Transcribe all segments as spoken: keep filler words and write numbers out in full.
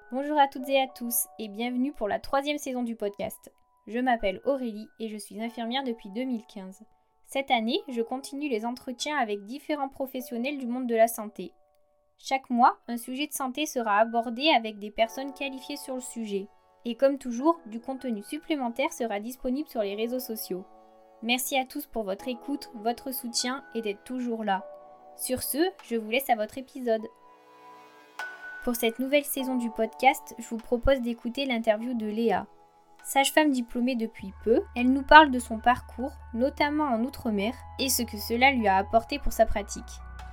Bonjour à toutes et à tous et bienvenue pour la troisième saison du podcast. Je m'appelle Aurélie et je suis infirmière depuis deux mille quinze. Cette année, je continue les entretiens avec différents professionnels du monde de la santé. Chaque mois, un sujet de santé sera abordé avec des personnes qualifiées sur le sujet. Et comme toujours, du contenu supplémentaire sera disponible sur les réseaux sociaux. Merci à tous pour votre écoute, votre soutien et d'être toujours là. Sur ce, je vous laisse à votre épisode. Pour cette nouvelle saison du podcast, je vous propose d'écouter l'interview de Léa. Sage-femme diplômée depuis peu, elle nous parle de son parcours, notamment en Outre-mer, et ce que cela lui a apporté pour sa pratique.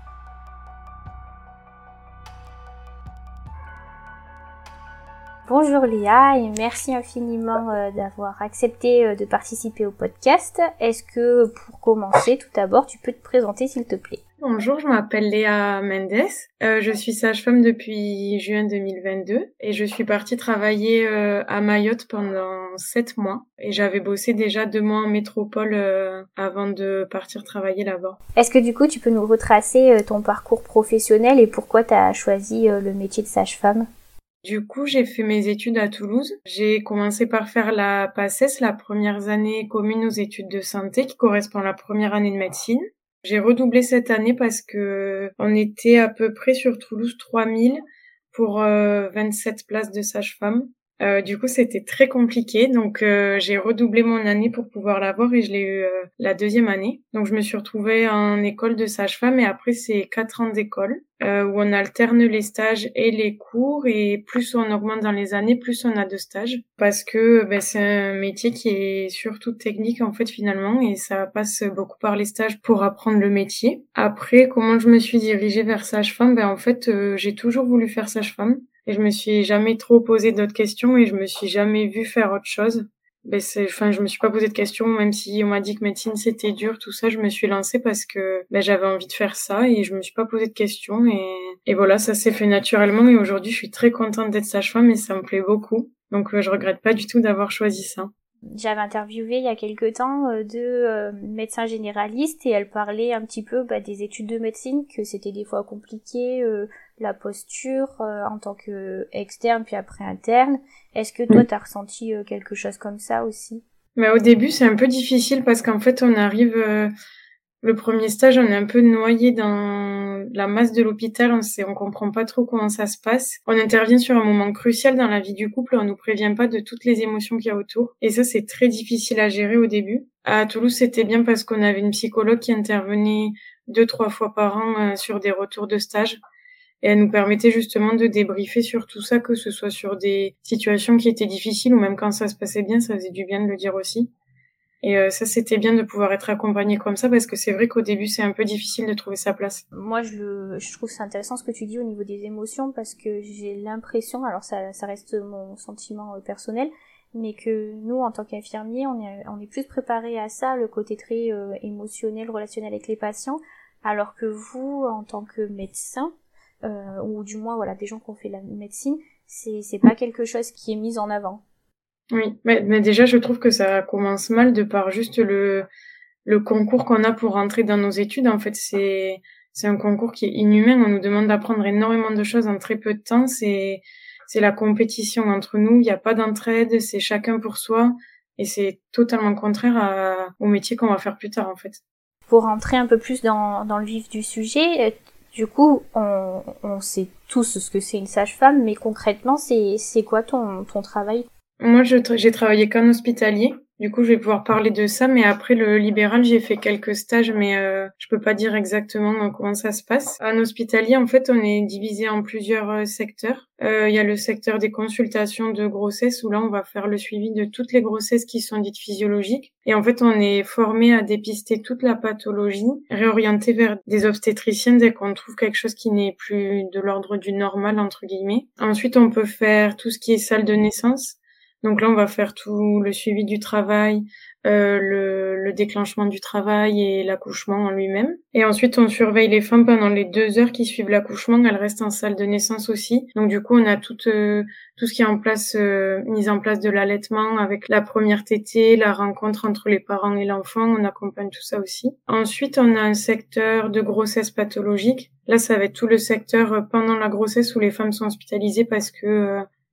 Bonjour Léa et merci infiniment euh, d'avoir accepté euh, de participer au podcast. Est-ce que pour commencer, tout d'abord, tu peux te présenter s'il te plaît ? Bonjour, je m'appelle Léa Mendes. Euh, je suis sage-femme depuis juin deux mille vingt-deux et je suis partie travailler euh, à Mayotte pendant sept mois. Et j'avais bossé déjà deux mois en métropole euh, avant de partir travailler là-bas. Est-ce que du coup, tu peux nous retracer euh, ton parcours professionnel et pourquoi tu as choisi euh, le métier de sage-femme ? Du coup, j'ai fait mes études à Toulouse. J'ai commencé par faire la PACES, la première année commune aux études de santé, qui correspond à la première année de médecine. J'ai redoublé cette année parce que on était à peu près sur Toulouse trois mille pour euh, vingt-sept places de sage-femme. Euh, du coup, c'était très compliqué, donc euh, j'ai redoublé mon année pour pouvoir l'avoir et je l'ai eu euh, la deuxième année. Donc je me suis retrouvée en école de sage-femme et après c'est quatre ans d'école euh, où on alterne les stages et les cours et plus on augmente dans les années, plus on a de stages parce que ben, c'est un métier qui est surtout technique en fait finalement et ça passe beaucoup par les stages pour apprendre le métier. Après, comment je me suis dirigée vers sage-femme? Ben en fait, euh, j'ai toujours voulu faire sage-femme. Et je me suis jamais trop posé d'autres questions et je me suis jamais vue faire autre chose. Ben c'est, enfin, je me suis pas posé de questions, même si on m'a dit que médecine c'était dur, tout ça, je me suis lancée parce que ben, j'avais envie de faire ça et je me suis pas posé de questions et, et voilà, ça s'est fait naturellement et aujourd'hui je suis très contente d'être sage-femme et ça me plaît beaucoup. Donc euh, je regrette pas du tout d'avoir choisi ça. J'avais interviewé il y a quelques temps euh, deux euh, médecins généralistes et elles parlaient un petit peu bah, des études de médecine, que c'était des fois compliqué, euh, la posture euh, en tant que externe puis après interne. Est-ce que toi, t'as ressenti euh, quelque chose comme ça aussi ? Mais au début, c'est un peu difficile parce qu'en fait, on arrive... Euh, le premier stage, on est un peu noyé dans la masse de l'hôpital, on sait, on comprend pas trop comment ça se passe. On intervient sur un moment crucial dans la vie du couple, on nous prévient pas de toutes les émotions qu'il y a autour. Et ça, c'est très difficile à gérer au début. À Toulouse, c'était bien parce qu'on avait une psychologue qui intervenait deux, trois fois par an euh, sur des retours de stage. Et elle nous permettait justement de débriefer sur tout ça, que ce soit sur des situations qui étaient difficiles ou même quand ça se passait bien, ça faisait du bien de le dire aussi. Et euh, ça, c'était bien de pouvoir être accompagnée comme ça parce que c'est vrai qu'au début, c'est un peu difficile de trouver sa place. Moi, je, le, je trouve c'est intéressant ce que tu dis au niveau des émotions parce que j'ai l'impression, alors ça, ça reste mon sentiment euh, personnel, mais que nous, en tant qu'infirmiers, on est, on est plus préparés à ça, le côté très euh, émotionnel, relationnel avec les patients, alors que vous, en tant que médecin, euh, ou du moins voilà des gens qui ont fait la médecine, c'est, c'est pas quelque chose qui est mis en avant. Oui, mais, mais déjà, je trouve que ça commence mal de par juste le, le concours qu'on a pour rentrer dans nos études. En fait, c'est, c'est un concours qui est inhumain. On nous demande d'apprendre énormément de choses en très peu de temps. C'est, c'est la compétition entre nous. Il n'y a pas d'entraide. C'est chacun pour soi. Et c'est totalement contraire à, au métier qu'on va faire plus tard, en fait. Pour rentrer un peu plus dans, dans le vif du sujet, du coup, on, on sait tous ce que c'est une sage-femme, mais concrètement, c'est, c'est quoi ton, ton travail ? Moi, je tra- j'ai travaillé qu'en hospitalier. Du coup, je vais pouvoir parler de ça. Mais après, le libéral, j'ai fait quelques stages, mais euh, je peux pas dire exactement comment ça se passe. En hospitalier, en fait, on est divisé en plusieurs euh, secteurs. Il euh, y a le secteur des consultations de grossesse, où là, on va faire le suivi de toutes les grossesses qui sont dites physiologiques. Et en fait, on est formé à dépister toute la pathologie, réorienter vers des obstétriciennes dès qu'on trouve quelque chose qui n'est plus de l'ordre du normal, entre guillemets. Ensuite, on peut faire tout ce qui est salle de naissance. Donc là, on va faire tout le suivi du travail, euh, le, le déclenchement du travail et l'accouchement en lui-même. Et ensuite, on surveille les femmes pendant les deux heures qui suivent l'accouchement. Elles restent en salle de naissance aussi. Donc du coup, on a tout, euh, tout ce qui est en place, euh, mise en place de l'allaitement avec la première tétée, la rencontre entre les parents et l'enfant. On accompagne tout ça aussi. Ensuite, on a un secteur de grossesse pathologique. Là, ça va être tout le secteur pendant la grossesse où les femmes sont hospitalisées parce que... Euh,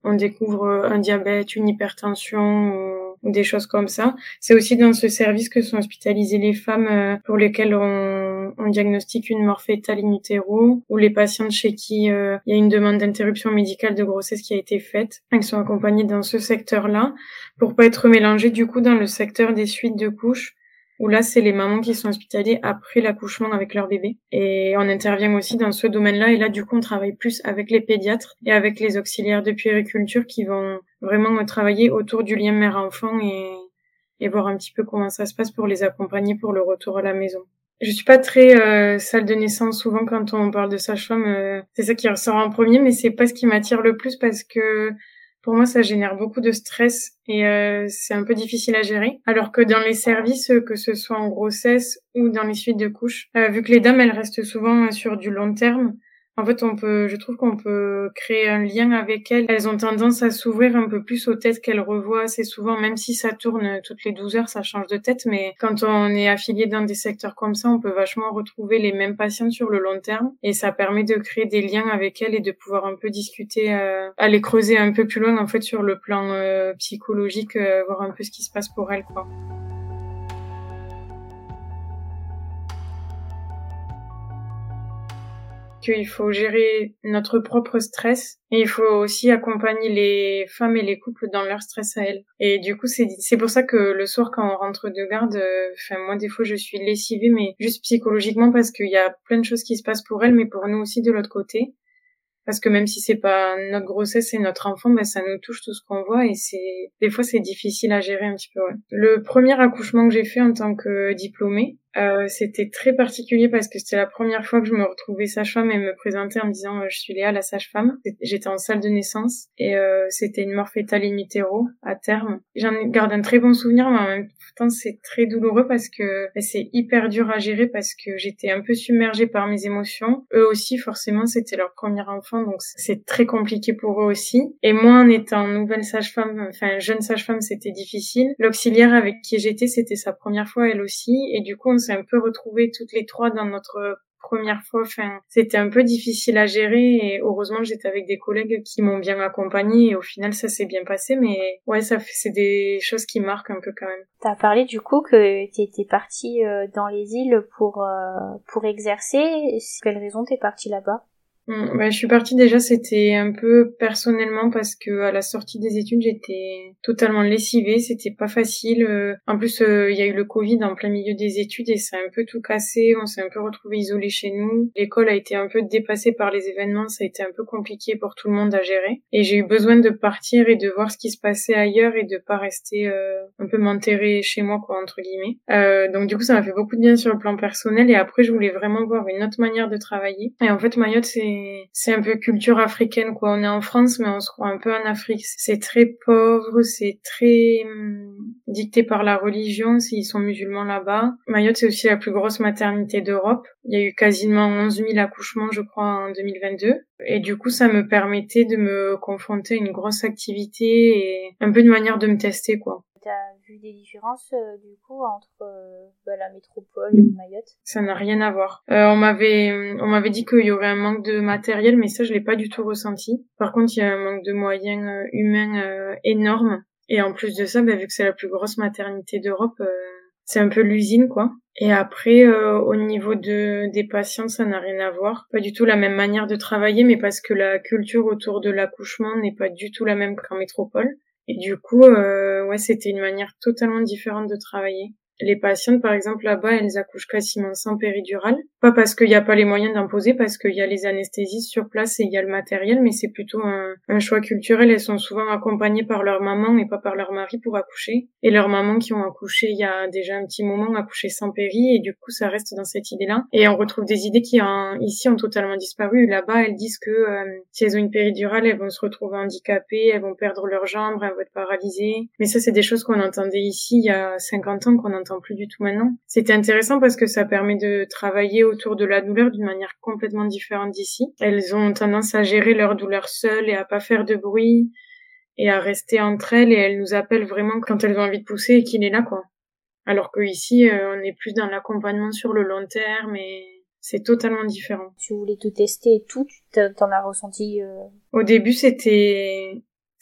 on découvre un diabète, une hypertension ou, ou des choses comme ça. C'est aussi dans ce service que sont hospitalisées les femmes euh, pour lesquelles on, on diagnostique une mort fœtale in utero, ou les patientes chez qui euh, il y a une demande d'interruption médicale de grossesse qui a été faite. Elles sont accompagnées dans ce secteur-là pour pas être mélangées du coup dans le secteur des suites de couches, où là, c'est les mamans qui sont hospitalisées après l'accouchement avec leur bébé. Et on intervient aussi dans ce domaine-là. Et là, du coup, on travaille plus avec les pédiatres et avec les auxiliaires de puériculture qui vont vraiment travailler autour du lien mère-enfant et, et voir un petit peu comment ça se passe pour les accompagner pour le retour à la maison. Je suis pas très euh, salle de naissance. Souvent, quand on parle de sage-femme, euh, c'est ça qui ressort en premier, mais c'est pas ce qui m'attire le plus parce que pour moi, ça génère beaucoup de stress et euh, c'est un peu difficile à gérer. Alors que dans les services, que ce soit en grossesse ou dans les suites de couches, euh, vu que les dames, elles restent souvent sur du long terme, en fait, on peut, je trouve qu'on peut créer un lien avec elles. Elles ont tendance à s'ouvrir un peu plus aux têtes qu'elles revoient assez souvent, même si ça tourne toutes les douze heures, ça change de tête. Mais quand on est affilié dans des secteurs comme ça, on peut vachement retrouver les mêmes patientes sur le long terme. Et ça permet de créer des liens avec elles et de pouvoir un peu discuter, euh, aller creuser un peu plus loin, en fait, sur le plan euh, psychologique, euh, voir un peu ce qui se passe pour elles, quoi. Qu'il faut gérer notre propre stress et il faut aussi accompagner les femmes et les couples dans leur stress à elles. Et du coup, c'est c'est pour ça que le soir, quand on rentre de garde, enfin euh, moi des fois je suis lessivée, mais juste psychologiquement parce qu'il y a plein de choses qui se passent pour elles, mais pour nous aussi de l'autre côté. Parce que même si c'est pas notre grossesse et notre enfant, ben ça nous touche tout ce qu'on voit et c'est des fois c'est difficile à gérer un petit peu. Ouais. Le premier accouchement que j'ai fait en tant que diplômée, euh, c'était très particulier parce que c'était la première fois que je me retrouvais sage-femme et me présentais en me disant euh, je suis Léa, la sage-femme. J'étais en salle de naissance et euh, c'était une mort fœtale in utero à terme. J'en garde un très bon souvenir, mais en même temps c'est très douloureux parce que ben, c'est hyper dur à gérer parce que j'étais un peu submergée par mes émotions. Eux aussi, forcément, c'était leur premier enfant, donc c'est très compliqué pour eux aussi. Et moi, en étant nouvelle sage-femme, enfin jeune sage-femme, c'était difficile. L'auxiliaire avec qui j'étais, c'était sa première fois elle aussi, et du coup, on s'est un peu retrouvées toutes les trois dans notre première fois. Enfin, c'était un peu difficile à gérer et heureusement j'étais avec des collègues qui m'ont bien accompagnée et au final ça s'est bien passé, mais ouais, ça fait, c'est des choses qui marquent un peu quand même. T'as parlé du coup que t'étais partie euh, dans les îles pour euh, pour exercer. Quelle raison t'es partie là-bas? Mmh, bah, je suis partie déjà, c'était un peu personnellement parce que à la sortie des études, j'étais totalement lessivée, c'était pas facile. Euh, en plus, il euh, y a eu le Covid en plein milieu des études et ça a un peu tout cassé, on s'est un peu retrouvés isolés chez nous. L'école a été un peu dépassée par les événements, ça a été un peu compliqué pour tout le monde à gérer. Et j'ai eu besoin de partir et de voir ce qui se passait ailleurs et de pas rester euh, un peu m'enterrer chez moi, quoi, entre guillemets. Euh, donc du coup, ça m'a fait beaucoup de bien sur le plan personnel et après, je voulais vraiment voir une autre manière de travailler. Et en fait, Mayotte, c'est c'est un peu culture africaine, quoi. On est en France, mais on se croit un peu en Afrique. C'est très pauvre, c'est très hum, dicté par la religion, s'ils sont musulmans là-bas. Mayotte, c'est aussi la plus grosse maternité d'Europe. Il y a eu quasiment onze mille accouchements, je crois, en deux mille vingt-deux. Et du coup, ça me permettait de me confronter à une grosse activité et un peu de manière de me tester, quoi. T'as vu des différences euh, du coup entre euh, bah, la métropole et Mayotte? Ça n'a rien à voir. Euh, on m'avait on m'avait dit qu'il y aurait un manque de matériel, mais ça je l'ai pas du tout ressenti. Par contre, il y a un manque de moyens euh, humains euh, énorme. Et en plus de ça, bah, vu que c'est la plus grosse maternité d'Europe, euh, c'est un peu l'usine, quoi. Et après, euh, au niveau de des patients, ça n'a rien à voir. Pas du tout la même manière de travailler, mais parce que la culture autour de l'accouchement n'est pas du tout la même qu'en métropole. Et du coup, euh, ouais, c'était une manière totalement différente de travailler. Les patientes, par exemple, là-bas, elles accouchent quasiment sans péridurale. Pas parce qu'il n'y a pas les moyens d'imposer, parce qu'il y a les anesthésistes sur place et il y a le matériel, mais c'est plutôt un, un choix culturel. Elles sont souvent accompagnées par leur maman et pas par leur mari pour accoucher. Et leurs mamans qui ont accouché il y a déjà un petit moment ont accouché sans péri, et du coup, ça reste dans cette idée-là. Et on retrouve des idées qui, en, ici, ont totalement disparu. Là-bas, elles disent que euh, si elles ont une péridurale, elles vont se retrouver handicapées, elles vont perdre leurs jambes, elles vont être paralysées. Mais ça, c'est des choses qu'on entendait ici il y a cinquante ans, qu'on entend plus du tout maintenant. C'était intéressant parce que ça permet de travailler autour de la douleur d'une manière complètement différente d'ici. Elles ont tendance à gérer leur douleur seules et à pas faire de bruit et à rester entre elles, et elles nous appellent vraiment quand elles ont envie de pousser et qu'il est là, quoi. Alors que ici, euh, on est plus dans l'accompagnement sur le long terme et c'est totalement différent. Tu voulais tout tester et tout, tu t'en as ressenti euh... Au début, c'était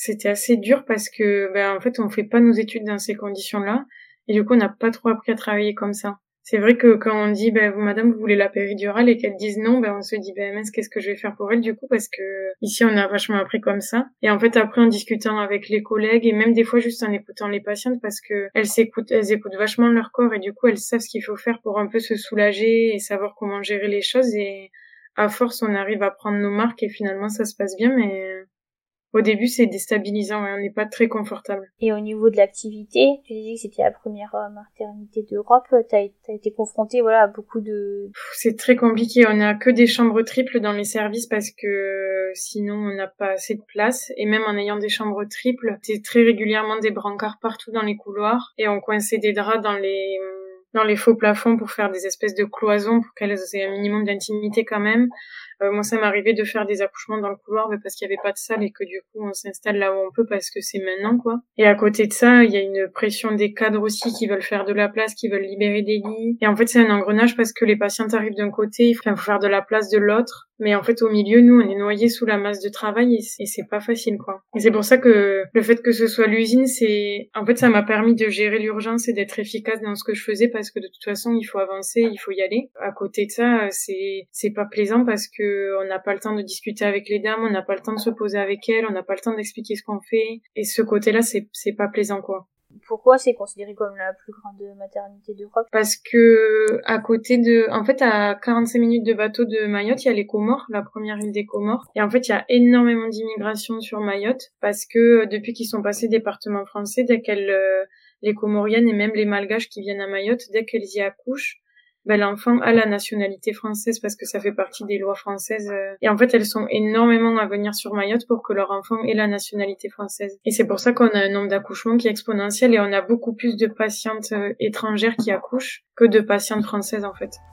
C'était assez dur parce que, ben, en fait, on fait pas nos études dans ces conditions-là. Et du coup, on n'a pas trop appris à travailler comme ça. C'est vrai que quand on dit, ben, vous, madame, vous voulez la péridurale et qu'elle dise non, ben, on se dit, ben, mince, qu'est-ce que je vais faire pour elle, du coup, parce que ici, on a vachement appris comme ça. Et en fait, après, en discutant avec les collègues et même des fois juste en écoutant les patientes, parce que elles s'écoutent, elles écoutent vachement leur corps et du coup, elles savent ce qu'il faut faire pour un peu se soulager et savoir comment gérer les choses. Et à force, on arrive à prendre nos marques et finalement, ça se passe bien, mais au début, c'est déstabilisant, ouais, on n'est pas très confortable. Et au niveau de l'activité, tu disais que c'était la première euh, maternité d'Europe, t'as, t'as été confrontée, voilà, à beaucoup de... C'est très compliqué, on n'a que des chambres triples dans les services parce que sinon on n'a pas assez de place. Et même en ayant des chambres triples, c'est très régulièrement des brancards partout dans les couloirs et on coinçait des draps dans les... dans les faux plafonds pour faire des espèces de cloisons pour qu'elles aient un minimum d'intimité quand même. Euh, moi, ça m'arrivait de faire des accouchements dans le couloir mais parce qu'il y avait pas de salle et que du coup, on s'installe là où on peut parce que c'est maintenant, quoi. Et à côté de ça, il y a une pression des cadres aussi qui veulent faire de la place, qui veulent libérer des lits. Et en fait, c'est un engrenage parce que les patientes arrivent d'un côté, il faut faire de la place de l'autre. Mais en fait, au milieu, nous, on est noyés sous la masse de travail et c'est pas facile, quoi. Et c'est pour ça que le fait que ce soit l'usine, c'est... En fait, ça m'a permis de gérer l'urgence et d'être efficace dans ce que je faisais parce que de toute façon, il faut avancer, il faut y aller. À côté de ça, c'est c'est pas plaisant parce que on n'a pas le temps de discuter avec les dames, on n'a pas le temps de se poser avec elles, on n'a pas le temps d'expliquer ce qu'on fait. Et ce côté-là, c'est c'est pas plaisant, quoi. Pourquoi c'est considéré comme la plus grande maternité d'Europe? Parce que à côté de, en fait, à quarante-cinq minutes de bateau de Mayotte, il y a les Comores, la première île des Comores. Et en fait, il y a énormément d'immigration sur Mayotte parce que depuis qu'ils sont passés département français, dès qu'elles, euh, les Comoriennes et même les Malgaches qui viennent à Mayotte, dès qu'elles y accouchent, ben l'enfant a la nationalité française parce que ça fait partie des lois françaises. Et en fait, elles sont énormément à venir sur Mayotte pour que leur enfant ait la nationalité française. Et c'est pour ça qu'on a un nombre d'accouchements qui est exponentiel et on a beaucoup plus de patientes étrangères qui accouchent que de patientes françaises, en fait.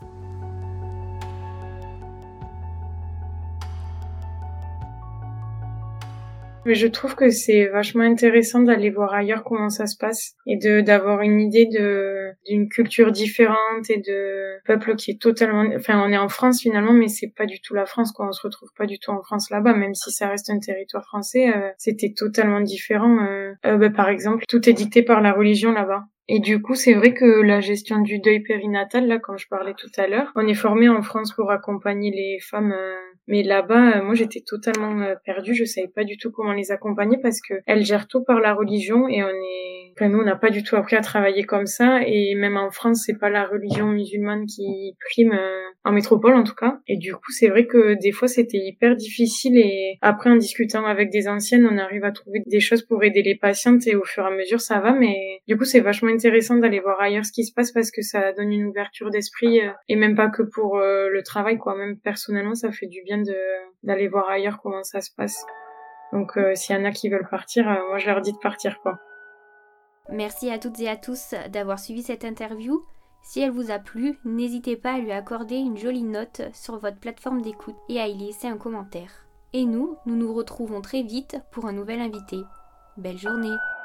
Mais je trouve que c'est vachement intéressant d'aller voir ailleurs comment ça se passe et de d'avoir une idée de d'une culture différente et de peuple qui est totalement, enfin on est en France finalement mais c'est pas du tout la France, quoi, on se retrouve pas du tout en France là-bas, même si ça reste un territoire français, euh, c'était totalement différent. Euh, euh, bah, par exemple, tout est dicté par la religion là-bas. Et du coup, c'est vrai que la gestion du deuil périnatal, là, comme je parlais tout à l'heure, on est formé en France pour accompagner les femmes, euh, mais là-bas, euh, moi, j'étais totalement euh, perdue, je savais pas du tout comment les accompagner parce que elles gèrent tout par la religion et on est, enfin, nous, on n'a pas du tout appris à travailler comme ça et même en France, c'est pas la religion musulmane qui prime, euh, en métropole en tout cas. Et du coup, c'est vrai que des fois, c'était hyper difficile et après, en discutant avec des anciennes, on arrive à trouver des choses pour aider les patientes et au fur et à mesure, ça va, mais du coup, c'est vachement intéressant d'aller voir ailleurs ce qui se passe parce que ça donne une ouverture d'esprit euh, et même pas que pour euh, le travail, quoi, même personnellement ça fait du bien de d'aller voir ailleurs comment ça se passe. Donc euh, s'il y en a qui veulent partir, euh, moi je leur dis de partir, quoi. Merci à toutes et à tous d'avoir suivi cette interview. Si elle vous a plu, n'hésitez pas à lui accorder une jolie note sur votre plateforme d'écoute et à y laisser un commentaire. Et nous, nous nous retrouvons très vite pour un nouvel invité. Belle journée!